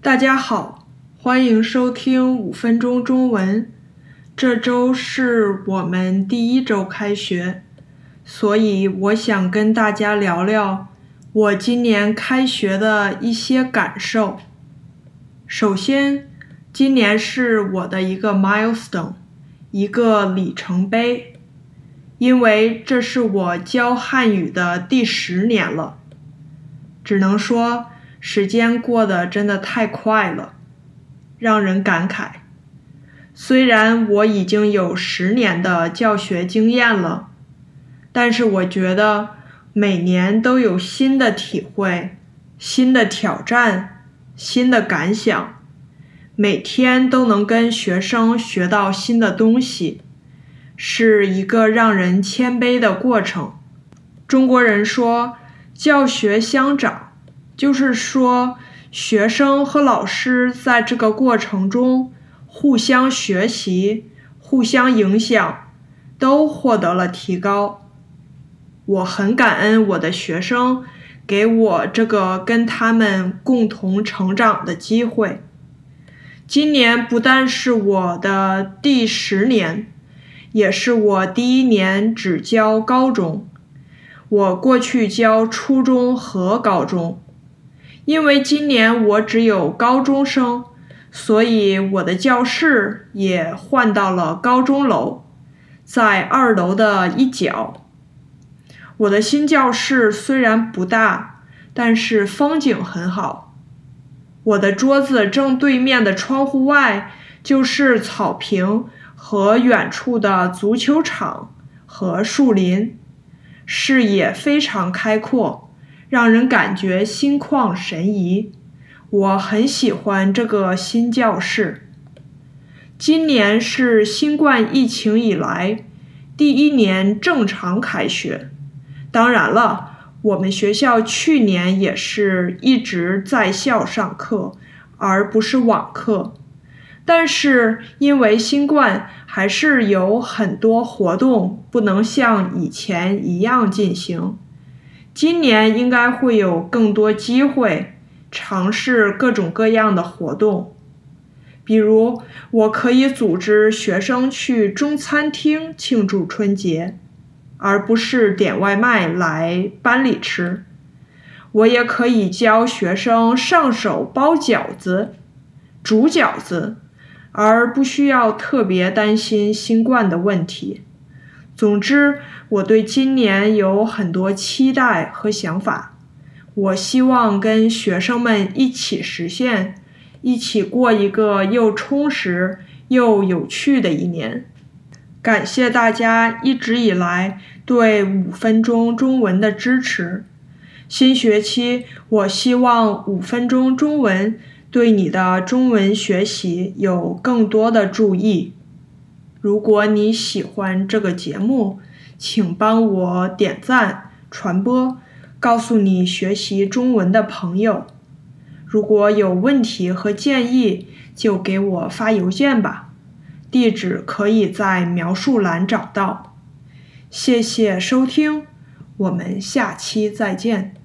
大家好，欢迎收听5分钟中文。这周是我们第1周开学，所以我想跟大家聊聊我今年开学的一些感受。首先，今年是我的一个 milestone， 一个里程碑，因为这是我教汉语的第10年了。只能说时间过得真的太快了，让人感慨。虽然我已经有10年的教学经验了，但是我觉得每年都有新的体会、新的挑战、新的感想，每天都能跟学生学到新的东西，是一个让人谦卑的过程。中国人说教学相长，就是说学生和老师在这个过程中互相学习、互相影响，都获得了提高。我很感恩我的学生给我这个跟他们共同成长的机会。今年不但是我的第10年，也是我第1年只教高中。我过去教初中和高中，因为今年我只有高中生，所以我的教室也换到了高中楼，在2楼的一角。我的新教室虽然不大，但是风景很好。我的桌子正对面的窗户外就是草坪和远处的足球场和树林，视野非常开阔，让人感觉心旷神怡。我很喜欢这个新教室。今年是新冠疫情以来第1年正常开学。当然了，我们学校去年也是一直在校上课，而不是网课。但是因为新冠，还是有很多活动不能像以前一样进行。今年应该会有更多机会尝试各种各样的活动，比如我可以组织学生去中餐厅庆祝春节，而不是点外卖来班里吃。我也可以教学生上手包饺子、煮饺子，而不需要特别担心新冠的问题。总之，我对今年有很多期待和想法，我希望跟学生们一起实现，一起过一个又充实又有趣的1年。感谢大家一直以来对5分钟中文的支持。新学期，我希望5分钟中文对你的中文学习有更多的注意。如果你喜欢这个节目，请帮我点赞、传播，告诉你学习中文的朋友。如果有问题和建议，就给我发邮件吧，地址可以在描述栏找到。谢谢收听，我们下期再见。